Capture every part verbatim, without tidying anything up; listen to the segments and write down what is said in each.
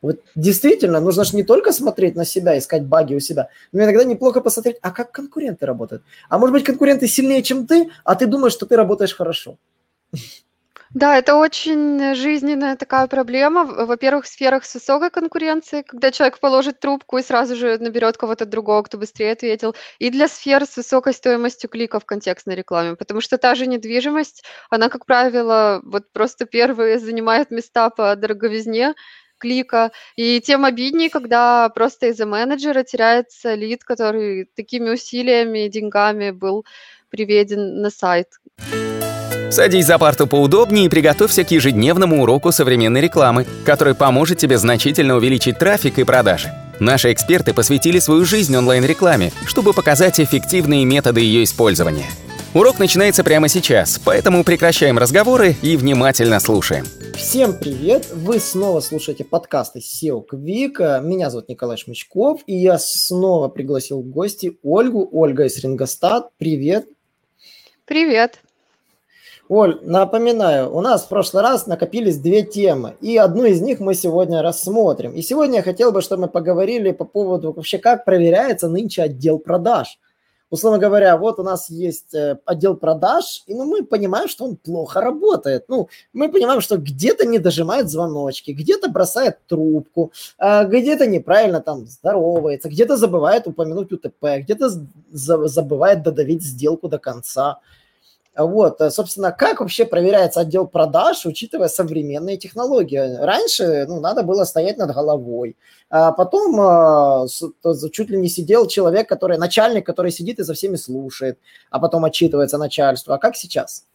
Вот действительно, нужно же не только смотреть на себя, искать баги у себя, но иногда неплохо посмотреть, а как конкуренты работают. А может быть, конкуренты сильнее, чем ты, а ты думаешь, что ты работаешь хорошо. Да, это очень жизненная такая проблема. В- Во-первых, в сферах с высокой конкуренцией, когда человек положит трубку и сразу же наберет кого-то другого, кто быстрее ответил. И для сфер с высокой стоимостью клика в контекстной рекламе. Потому что та же недвижимость, она, как правило, вот просто первые занимает места по дороговизне клика. И тем обиднее, когда просто из-за менеджера теряется лид, который такими усилиями и деньгами был приведен на сайт. Садись за парту поудобнее и приготовься к ежедневному уроку современной рекламы, который поможет тебе значительно увеличить трафик и продажи. Наши эксперты посвятили свою жизнь онлайн-рекламе, чтобы показать эффективные методы ее использования. Урок начинается прямо сейчас, поэтому прекращаем разговоры и внимательно слушаем. Всем привет! Вы снова слушаете подкасты сео Quick. Меня зовут Николай Шмычков, и я снова пригласил в гости Ольгу. Ольга из Рингостат. Привет! Привет! Оль, напоминаю, у нас в прошлый раз накопились две темы, и одну из них мы сегодня рассмотрим. И сегодня я хотел бы, чтобы мы поговорили по поводу вообще, как проверяется нынче отдел продаж. Условно говоря, вот у нас есть отдел продаж, и ну, мы понимаем, что он плохо работает. Ну, мы понимаем, что где-то не дожимает звоночки, где-то бросает трубку, где-то неправильно там здоровается, где-то забывает упомянуть УТП, где-то забывает додавить сделку до конца. Вот, собственно, как вообще проверяется отдел продаж, учитывая современные технологии? Раньше, ну, надо было стоять над головой, а потом а, чуть ли не сидел человек, который, начальник, который сидит и за всеми слушает, а потом отчитывается начальству. А как сейчас?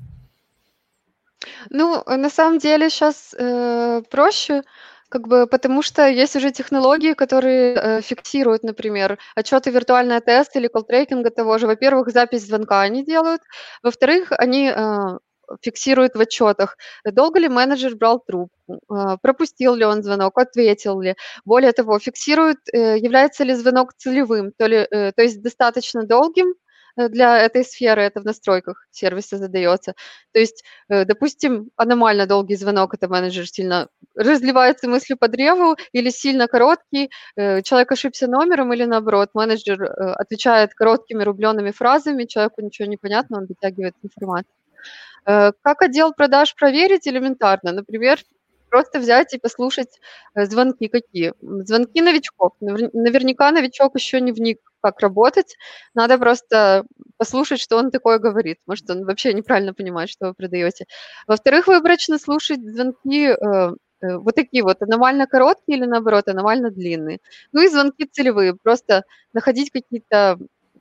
Ну, на самом деле сейчас э, проще, как бы, потому что есть уже технологии, которые э, фиксируют, например, отчеты виртуального теста или колл-трекинга того же. Во-первых, запись звонка они делают. Во-вторых, они э, фиксируют в отчетах, долго ли менеджер брал трубку, э, пропустил ли он звонок, ответил ли. Более того, фиксируют, э, является ли звонок целевым, то, ли, э, то есть достаточно долгим э, для этой сферы, это в настройках сервиса задается. То есть, э, допустим, аномально долгий звонок, это менеджер сильно разливается мыслью по древу, или сильно короткий, э, человек ошибся номером, или наоборот, менеджер э, отвечает короткими рубленными фразами, человеку ничего не понятно, он вытягивает информацию. Э, Как отдел продаж проверить? Элементарно. Например, просто взять и послушать э, звонки какие. М, Звонки новичков. Навер- Наверняка новичок еще не вник, как работать. Надо просто послушать, что он такое говорит. Может, он вообще неправильно понимает, что вы продаете. Во-вторых, выборочно слушать звонки э, э, вот такие вот, аномально короткие или, наоборот, аномально длинные. Ну и звонки целевые. Просто находить какие-то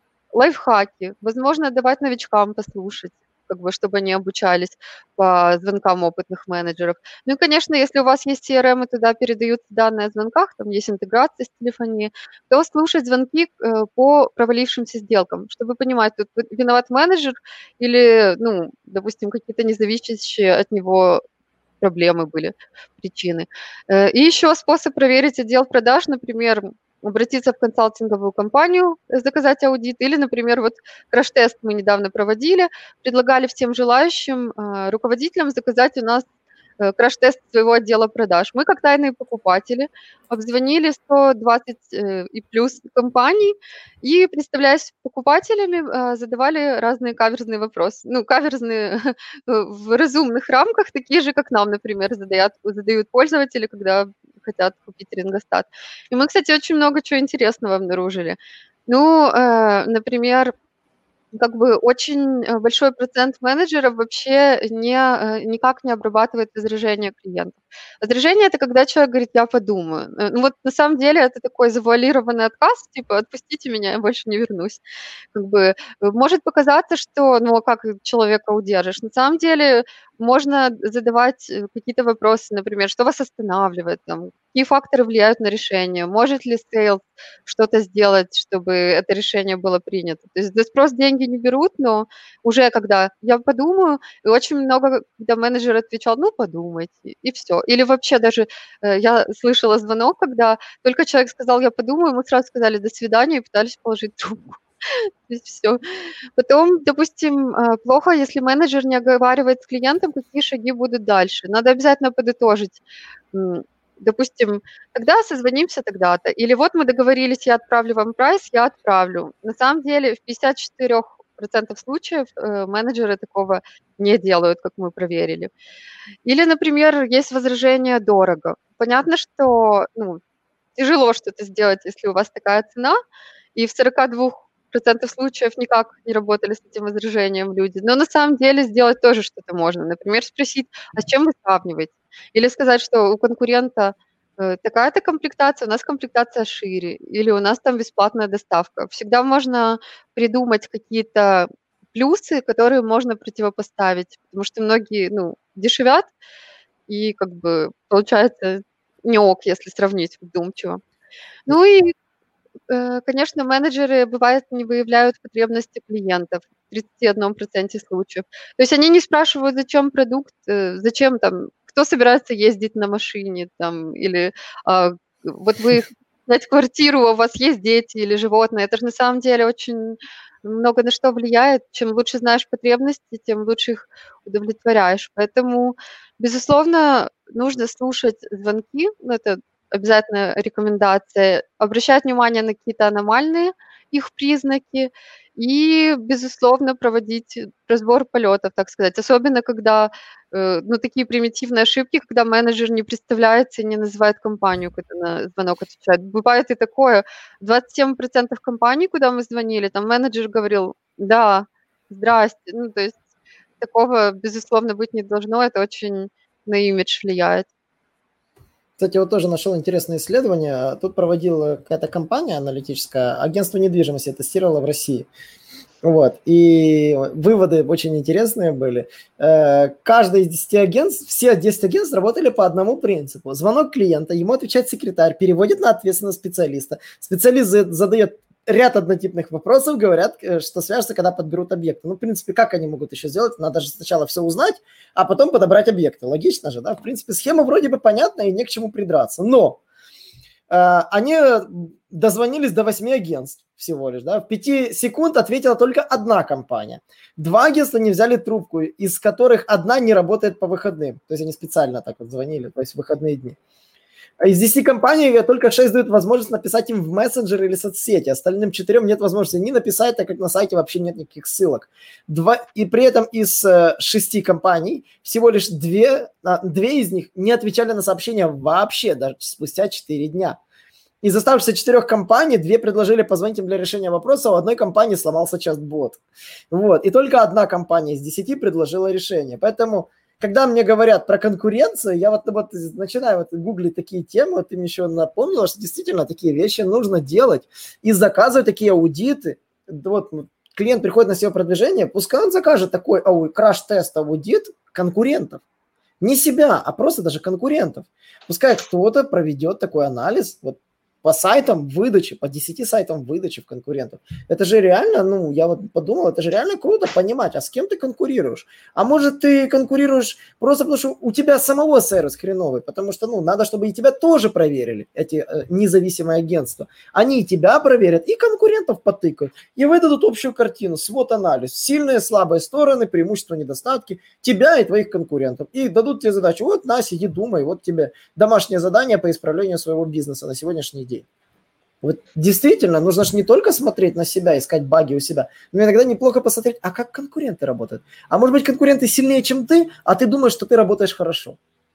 лайфхаки, возможно, давать новичкам послушать, как бы, чтобы они обучались по звонкам опытных менеджеров. Ну и, конечно, если у вас есть си эр эм, и туда передаются данные о звонках, там есть интеграция с телефонией, то слушать звонки э, по провалившимся сделкам, чтобы понимать, тут виноват менеджер или, ну, допустим, какие-то независящие от него проблемы были, причины. Э, И еще способ проверить отдел продаж, например, обратиться в консалтинговую компанию, э, заказать аудит, или, например, вот краш-тест мы недавно проводили, предлагали всем желающим а, руководителям заказать у нас э, краш-тест своего отдела продаж. Мы, как тайные покупатели, обзвонили сто двадцать э, и плюс компаний и, представляясь покупателями, а, задавали разные каверзные вопросы. Ну, каверзные в разумных рамках, такие же, как нам, например, задают, задают пользователи, когда хотят купить Рингостат. И мы, кстати, очень много чего интересного обнаружили. Ну, э, например, как бы очень э, большой процент менеджеров вообще не, э, никак не обрабатывает возражения клиентов. Возражение – это когда человек говорит: «Я подумаю». Э, Ну вот на самом деле это такой завуалированный отказ, типа «отпустите меня, я больше не вернусь». Как бы э, может показаться, что ну а как человека удержишь? На самом деле можно задавать э, какие-то вопросы, например, что вас останавливает, там, какие факторы влияют на решение, может ли сейлс что-то сделать, чтобы это решение было принято. То есть за спрос деньги не берут, но уже когда я подумаю, и очень много, когда менеджер отвечал: «Ну, подумайте», и все. Или вообще даже э, я слышала звонок, когда только человек сказал: «Я подумаю», мы сразу сказали «до свидания» и пытались положить трубку. То есть всё. Потом, допустим, а, плохо, если менеджер не оговаривает с клиентом, какие шаги будут дальше. Надо обязательно подытожить. М, допустим, тогда созвонимся тогда-то. Или вот мы договорились, я отправлю вам прайс, я отправлю. На самом деле в пятьдесят четыре процента случаев э, менеджеры такого не делают, как мы проверили. Или, например, есть возражение дорого. Понятно, что ну, тяжело что-то сделать, если у вас такая цена, и в сорок два процента случаев никак не работали с этим возражением люди. Но на самом деле сделать тоже что-то можно. Например, спросить, а с чем вы сравниваете? Или сказать, что у конкурента э, такая-то комплектация, у нас комплектация шире, или у нас там бесплатная доставка. Всегда можно придумать какие-то плюсы, которые можно противопоставить, потому что многие, ну, дешевят, и как бы получается не ок, если сравнить вдумчиво. Ну и, э, конечно, менеджеры, бывает, не выявляют потребности клиентов в тридцати одном проценте случаев. То есть они не спрашивают, зачем продукт, э, зачем там, кто собирается ездить на машине там, или а, вот вы снять квартиру, у вас есть дети или животные. Это же на самом деле очень много на что влияет. Чем лучше знаешь потребности, тем лучше их удовлетворяешь. Поэтому, безусловно, нужно слушать звонки, ну, это обязательная рекомендация, обращать внимание на какие-то аномальные их признаки и, безусловно, проводить разбор полетов, так сказать. Особенно, когда, э, ну, такие примитивные ошибки, когда менеджер не представляется и не называет компанию, когда на звонок отвечает. Бывает и такое. двадцать семь процентов компаний, куда мы звонили, там менеджер говорил: да, здрасте. Ну, то есть такого, безусловно, быть не должно. Это очень на имидж влияет. Кстати, вот тоже нашел интересное исследование. Тут проводила какая-то компания аналитическая, агентство недвижимости тестировало в России. Вот. И выводы очень интересные были. Каждое из десяти агентств, все десять агентств работали по одному принципу. Звонок клиента, ему отвечает секретарь, переводит на ответственного специалиста. Специалист задает ряд однотипных вопросов, говорят, что свяжутся, когда подберут объекты. Ну, в принципе, как они могут еще сделать? Надо же сначала все узнать, а потом подобрать объекты. Логично же, да? В принципе, схема вроде бы понятна и не к чему придраться. Но э, они дозвонились до восьми агентств всего лишь, да? В пяти секунд ответила только одна компания. Два агентства не взяли трубку, из которых одна не работает по выходным. То есть они специально так вот звонили, то есть в выходные дни. Из десяти компаний только шесть дают возможность написать им в мессенджер или соцсети. Остальным четырем нет возможности ни написать, так как на сайте вообще нет никаких ссылок. Два, и при этом из э, шести компаний всего лишь две, а, две из них не отвечали на сообщения вообще, даже спустя четыре дня. Из оставшихся четырех компаний две предложили позвонить им для решения вопроса, у одной компании сломался чат-бот. Вот. И только одна компания из десяти предложила решение. Поэтому... Когда мне говорят про конкуренцию, я вот, вот начинаю вот гуглить такие темы, вот ты мне еще напомнила, что действительно такие вещи нужно делать и заказывать такие аудиты. Вот клиент приходит на сео продвижение, пускай он закажет такой ау, краш-тест аудит конкурентов. Не себя, а просто даже конкурентов. Пускай кто-то проведет такой анализ, вот по сайтам выдачи, по десяти сайтам выдачи в конкурентов. Это же реально, ну, я вот подумал, это же реально круто понимать, а с кем ты конкурируешь? А может, ты конкурируешь просто потому, что у тебя самого сервис хреновый, потому что, ну, надо, чтобы и тебя тоже проверили, эти э, независимые агентства. Они и тебя проверят, и конкурентов потыкают, и выдадут общую картину, свод-анализ, сильные, слабые стороны, преимущества, недостатки, тебя и твоих конкурентов. И дадут тебе задачу, вот, на, сиди, думай, вот тебе домашнее задание по исправлению своего бизнеса на сегодняшний день. Вот действительно, нужно же не только смотреть на себя, искать баги у себя, но иногда неплохо посмотреть, а как конкуренты работают. А может быть, конкуренты сильнее, чем ты, а ты думаешь, что ты работаешь хорошо.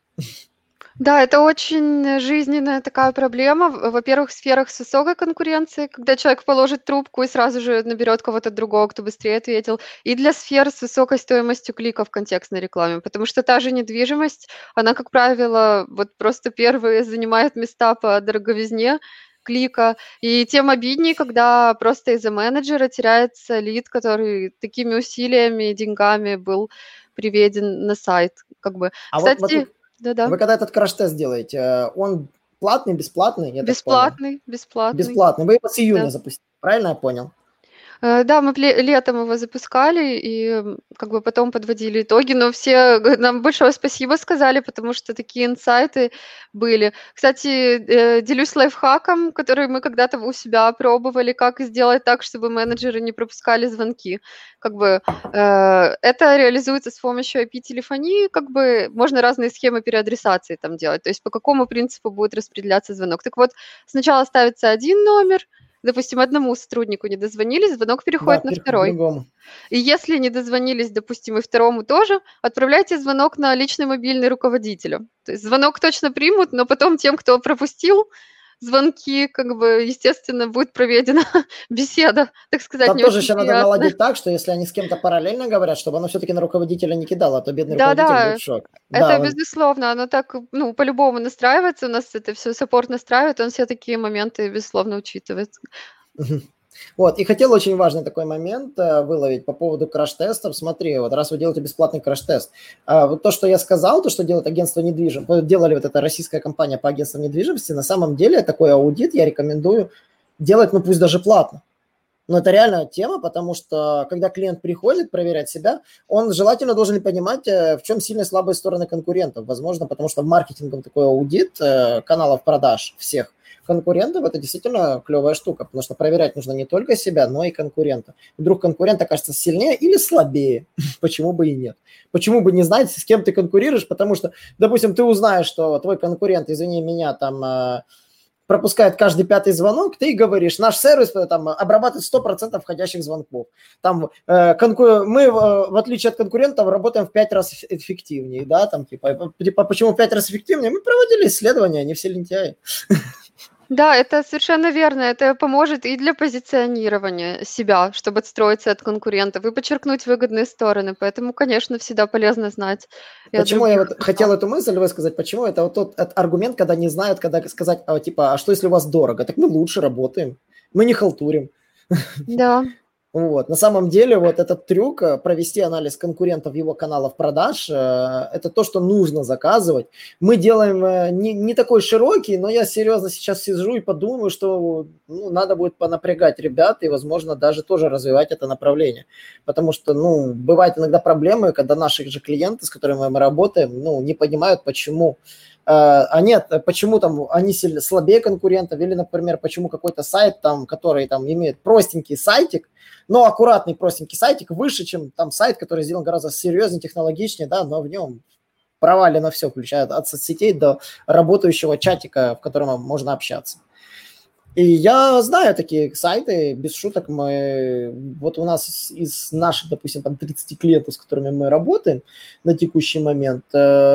Да, это очень жизненная такая проблема. В- Во-первых, в сферах с высокой конкуренцией, когда человек положит трубку и сразу же наберет кого-то другого, кто быстрее ответил. И для сфер с высокой стоимостью клика в контекстной рекламе. Потому что та же недвижимость, она, как правило, вот просто первые занимает места по дороговизне клика. И тем обиднее, когда просто из-за менеджера теряется лид, который такими усилиями и деньгами был приведен на сайт. Как бы. А вот, вот Кстати, да-да. вы когда этот краш-тест делаете, он платный, бесплатный? Я так понял. Бесплатный, бесплатный. Бесплатный. Вы его с июня Да. запустили, правильно я понял? Э, да, мы пле летом его запускали и, м, как бы потом подводили итоги, но все г нам большое спасибо сказали, потому что такие инсайты были. Кстати, э, делюсь лайфхаком, который мы когда-то у себя пробовали, как сделать так, чтобы менеджеры не пропускали звонки. Как бы, э, это реализуется с помощью ай пи-телефонии, как бы можно разные схемы переадресации там делать, то есть по какому принципу будет распределяться звонок. Так вот, сначала ставится один номер, допустим, одному сотруднику не дозвонились, звонок Да, переходит на переходит к второй. другому. И если не дозвонились, допустим, и второму тоже, отправляйте звонок на личный мобильный руководителя. То есть звонок точно примут, но потом тем, кто пропустил звонки, как бы, естественно, будет проведена беседа, так сказать, Там не тоже очень еще надо приятная. наладить так, что если они с кем-то параллельно говорят, чтобы оно все-таки на руководителя не кидало, а то бедный руководитель будет Да-да, в шоке. это Да, вот. безусловно, оно так, ну, по-любому настраивается, у нас это все саппорт настраивает, он все такие моменты, безусловно, учитывает. Мгм. Вот, и хотел очень важный такой момент э, выловить по поводу краш-тестов. Смотри, вот раз вы делаете бесплатный краш-тест, а, вот то, что я сказал, то, что делает агентство недвижимости, делали вот эта российская компания по агентствам недвижимости, на самом деле такой аудит я рекомендую делать, ну пусть даже платно. Но это реальная тема, потому что когда клиент приходит проверять себя, он желательно должен понимать, э, в чем сильные и слабые стороны конкурентов. Возможно, потому что в маркетинге такой аудит э, каналов продаж всех конкурентов – это действительно клевая штука, потому что проверять нужно не только себя, но и конкурента. Вдруг конкурент окажется сильнее или слабее, почему бы и нет. Почему бы не знать, с кем ты конкурируешь, потому что, допустим, ты узнаешь, что твой конкурент, извини меня, там э, пропускает каждый пятый звонок, ты говоришь, наш сервис там обрабатывает сто процентов входящих звонков. Там, э, конку... Мы, э, в отличие от конкурентов, работаем в пять раз эффективнее, да, там, типа, типа, почему в пять раз эффективнее? Мы проводили исследования, они все лентяи. Да, это совершенно верно. Это поможет и для позиционирования себя, чтобы отстроиться от конкурентов, и подчеркнуть выгодные стороны. Поэтому, конечно, всегда полезно знать и о Почему я других вот хотел плюсах. эту мысль высказать? Почему? Это вот тот от- аргумент, когда не знают, когда сказать, а, типа, а что если у вас дорого? Так мы лучше работаем, мы не халтурим. Да, Вот. На самом деле вот этот трюк, э, провести анализ конкурентов его каналов продаж, э, это то, что нужно заказывать. Мы делаем э, не, не такой широкий, но я серьезно сейчас сижу и подумаю, что ну, надо будет понапрягать ребят и, возможно, даже тоже развивать это направление. Потому что, ну, бывают иногда проблемы, когда наши же клиенты, с которыми мы работаем, ну, не понимают, почему а нет, почему там они сильно слабее конкурентов, или, например, почему какой-то сайт, там, который там имеет простенький сайтик, но аккуратный простенький сайтик выше, чем там сайт, который сделан гораздо серьезнее, технологичнее, да, но в нем провалено все, включая от соцсетей до работающего чатика, в котором можно общаться. И я знаю такие сайты, без шуток, мы, вот у нас из наших, допустим, там тридцать клиентов, с которыми мы работаем на текущий момент,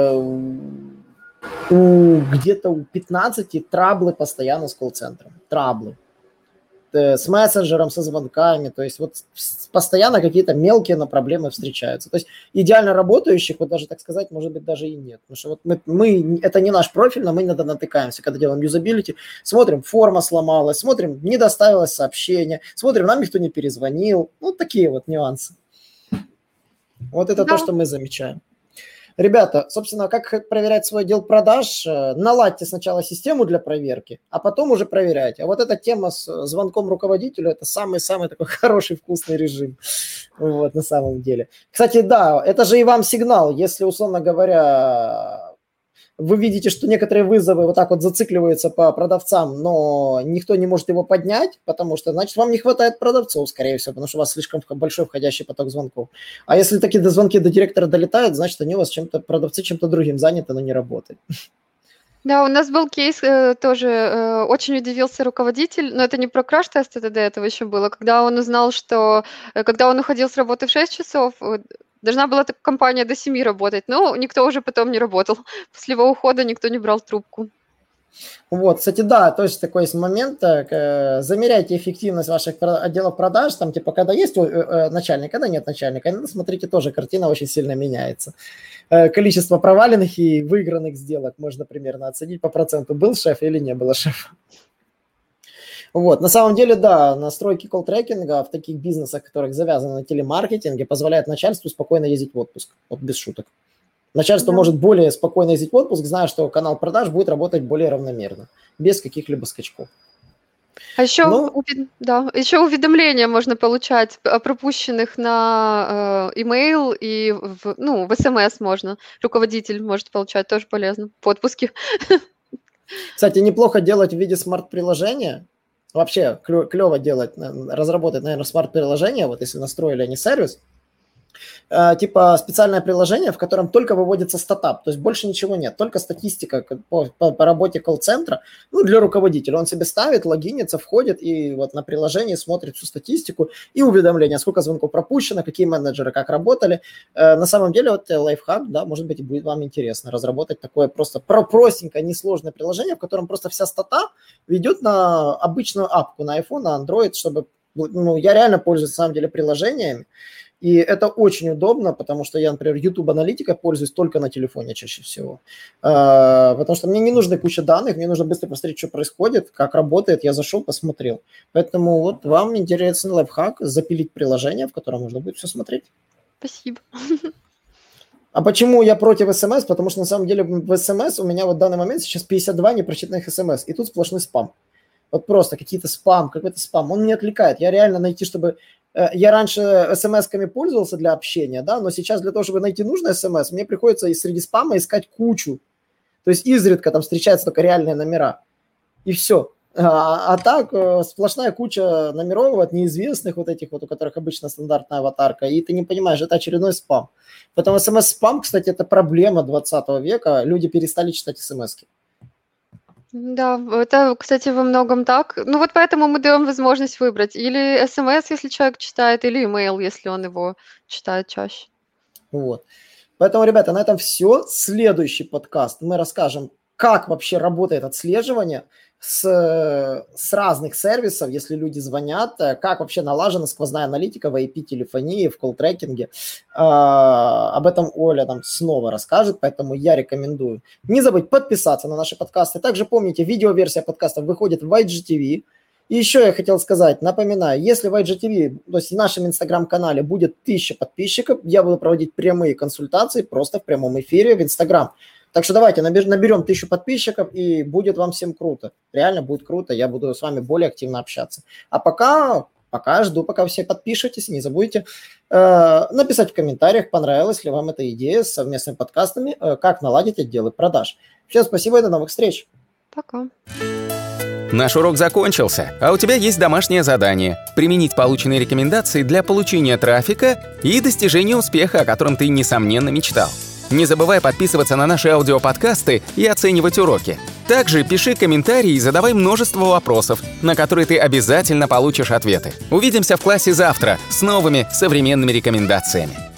у, где-то у пятнадцати траблы постоянно с колл-центром. Траблы. С мессенджером, со звонками. То есть вот постоянно какие-то мелкие на проблемы встречаются. То есть идеально работающих, вот даже так сказать, может быть, даже и нет. Потому что вот мы, мы это не наш профиль, но мы иногда натыкаемся, когда делаем юзабилити, смотрим, форма сломалась, смотрим, не доставилось сообщение, смотрим, нам никто не перезвонил. Ну, такие вот нюансы. Вот это да. то, что мы замечаем. Ребята, собственно, как проверять свой отдел продаж? Наладьте сначала систему для проверки, а потом уже проверяйте. А вот эта тема с звонком руководителю – это самый-самый такой хороший, вкусный режим. Вот, на самом деле. Кстати, да, это же и вам сигнал, если, условно говоря, вы видите, что некоторые вызовы вот так вот зацикливаются по продавцам, но никто не может его поднять, потому что, значит, вам не хватает продавцов, скорее всего, потому что у вас слишком большой входящий поток звонков. А если такие звонки до директора долетают, значит, они у вас чем-то, продавцы чем-то другим заняты, но не работают. Да, у нас был кейс, э, тоже э, очень удивился руководитель, но это не про краш-тест, это до этого еще было, когда он узнал, что э, когда он уходил с работы в шесть часов, э, должна была эта компания до семи работать, но никто уже потом не работал. После его ухода никто не брал трубку. Вот, кстати, да, то есть такой есть момент, э, замеряйте эффективность ваших отделов продаж, там, типа, когда есть начальник, когда нет начальника, ну, смотрите, тоже картина очень сильно меняется. Количество проваленных и выигранных сделок можно примерно оценить по проценту, был шеф или не было шефа. Вот, на самом деле, да, настройки колл-трекинга в таких бизнесах, которых завязаны на телемаркетинге, позволяют начальству спокойно ездить в отпуск, вот без шуток. Начальство да. может более спокойно ездить в отпуск, зная, что канал продаж будет работать более равномерно, без каких-либо скачков. А еще, Ну, уви- да, еще уведомления можно получать о пропущенных на э, имейл и в, ну, в СМС можно. Руководитель может получать, тоже полезно. В отпуске. кстати, неплохо делать в виде смарт-приложения. Вообще клево делать, на- разработать, наверное, смарт-приложение, вот если настроили они сервис, э, типа специальное приложение, в котором только выводится статап, то есть больше ничего нет, только статистика как по, по- по работе колл-центра, ну, для руководителя. Он себе ставит, логинится, входит и вот на приложении смотрит всю статистику и уведомления, сколько звонков пропущено, какие менеджеры как работали. Э, на самом деле, вот э, лайфхак, да, может быть, и будет вам интересно разработать такое просто про простенькое, несложное приложение, в котором просто вся стата ведет на обычную апку, на iPhone, на Android, чтобы, ну, я реально пользуюсь, на самом деле, приложениями. И это очень удобно, потому что я, например, YouTube-аналитикой пользуюсь только на телефоне чаще всего. А, потому что мне не нужна куча данных, мне нужно быстро посмотреть, что происходит, как работает. Я зашел, посмотрел. Поэтому вот вам интересный лайфхак запилить приложение, в котором можно будет все смотреть. Спасибо. А почему я против СМС? Потому что на самом деле в СМС у меня вот в данный момент сейчас пятьдесят два непрочитанных СМС, и тут сплошной спам. Вот просто какие-то спам, какой-то спам. Он меня отвлекает. Я реально найти, чтобы... Я раньше смс-ками пользовался для общения, да, но сейчас для того, чтобы найти нужный смс, мне приходится и среди спама искать кучу. То есть изредка там встречаются только реальные номера. И все. А, а так сплошная куча номеров от неизвестных, вот этих вот, у которых обычно стандартная аватарка, и ты не понимаешь, это очередной спам. Поэтому смс-спам, кстати, это проблема двадцатого века. Люди перестали читать смс-ки. Да, это, кстати, во многом так. Ну вот поэтому мы даем возможность выбрать или СМС, если человек читает, или имейл, если он его читает чаще. Вот. Поэтому, ребята, на этом все. Следующий подкаст мы расскажем, как вообще работает отслеживание с, с разных сервисов, если люди звонят, как вообще налажена сквозная аналитика в ай пи-телефонии, в колл-трекинге. А, об этом Оля нам снова расскажет, поэтому я рекомендую. Не забудь подписаться на наши подкасты. Также помните, видеоверсия подкастов выходит в ай джи ти ви. И еще я хотел сказать, напоминаю, если в ай джи ти ви, то есть в нашем инстаграм-канале будет тысяча подписчиков, я буду проводить прямые консультации просто в прямом эфире в инстаграм. Так что давайте наберем тысячу подписчиков, и будет вам всем круто. Реально будет круто, я буду с вами более активно общаться. А пока, пока жду, пока все подпишетесь. Не забудьте э, написать в комментариях, понравилась ли вам эта идея с совместными подкастами, э, как наладить отделы продаж. Всем спасибо и до новых встреч. Пока. Наш урок закончился, а у тебя есть домашнее задание – применить полученные рекомендации для получения трафика и достижения успеха, о котором ты, несомненно, мечтал. Не забывай подписываться на наши аудиоподкасты и оценивать уроки. Также пиши комментарии и задавай множество вопросов, на которые ты обязательно получишь ответы. Увидимся в классе завтра с новыми современными рекомендациями.